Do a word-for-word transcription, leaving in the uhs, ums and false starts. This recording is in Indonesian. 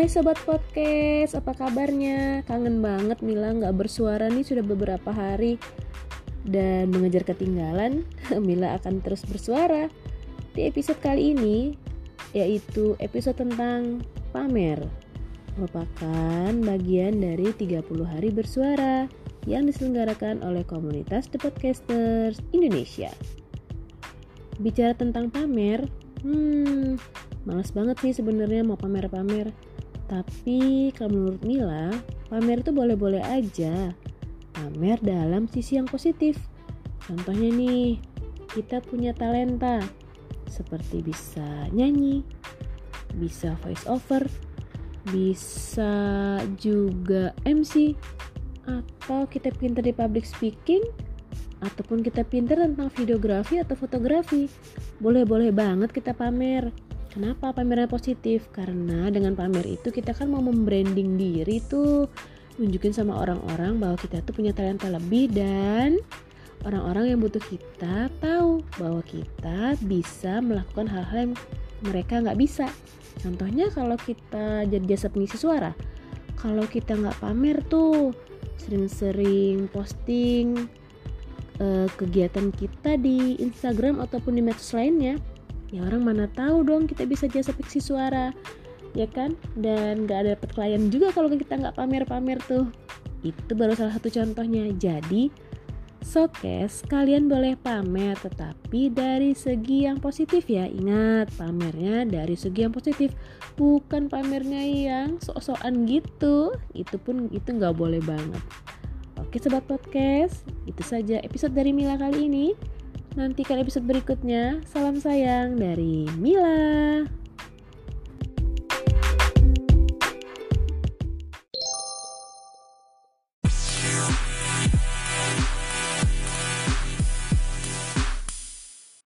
Hai Sobat Podcast, apa kabarnya? Kangen banget Mila gak bersuara nih sudah beberapa hari. Dan mengejar ketinggalan, Mila akan terus bersuara di episode kali ini, yaitu episode tentang pamer. Merupakan bagian dari tiga puluh hari bersuara yang diselenggarakan oleh komunitas The Podcasters Indonesia. Bicara tentang pamer, hmm, malas banget sih sebenarnya mau pamer-pamer. Tapi kalau menurut Mila, pamer itu boleh-boleh aja. Pamer dalam sisi yang positif. Contohnya nih, kita punya talenta seperti bisa nyanyi, bisa voice over, bisa juga M C, atau kita pintar di public speaking, ataupun kita pintar tentang videografi atau fotografi. Boleh-boleh banget kita pamer. Kenapa pamernya positif? Karena dengan pamer itu kita kan mau membranding diri tuh, nunjukin sama orang-orang bahwa kita tuh punya talenta lebih, dan orang-orang yang butuh kita tahu bahwa kita bisa melakukan hal-hal yang mereka nggak bisa. Contohnya kalau kita jadi jasa pengisi suara, kalau kita nggak pamer tuh, sering-sering posting uh, kegiatan kita di Instagram ataupun di medsos lainnya, ya orang mana tahu dong kita bisa jasa pengisi suara, ya kan? Dan gak ada dapat klien juga kalau kita gak pamer-pamer tuh. Itu baru salah satu contohnya. Jadi Sokes, kalian boleh pamer, tetapi dari segi yang positif ya. Ingat, pamernya dari segi yang positif, bukan pamernya yang sok-sokan gitu. Itu pun itu gak boleh banget. Oke Sobat Podcast, itu saja episode dari Mila kali ini. Nantikan episode berikutnya. Salam sayang dari Mila.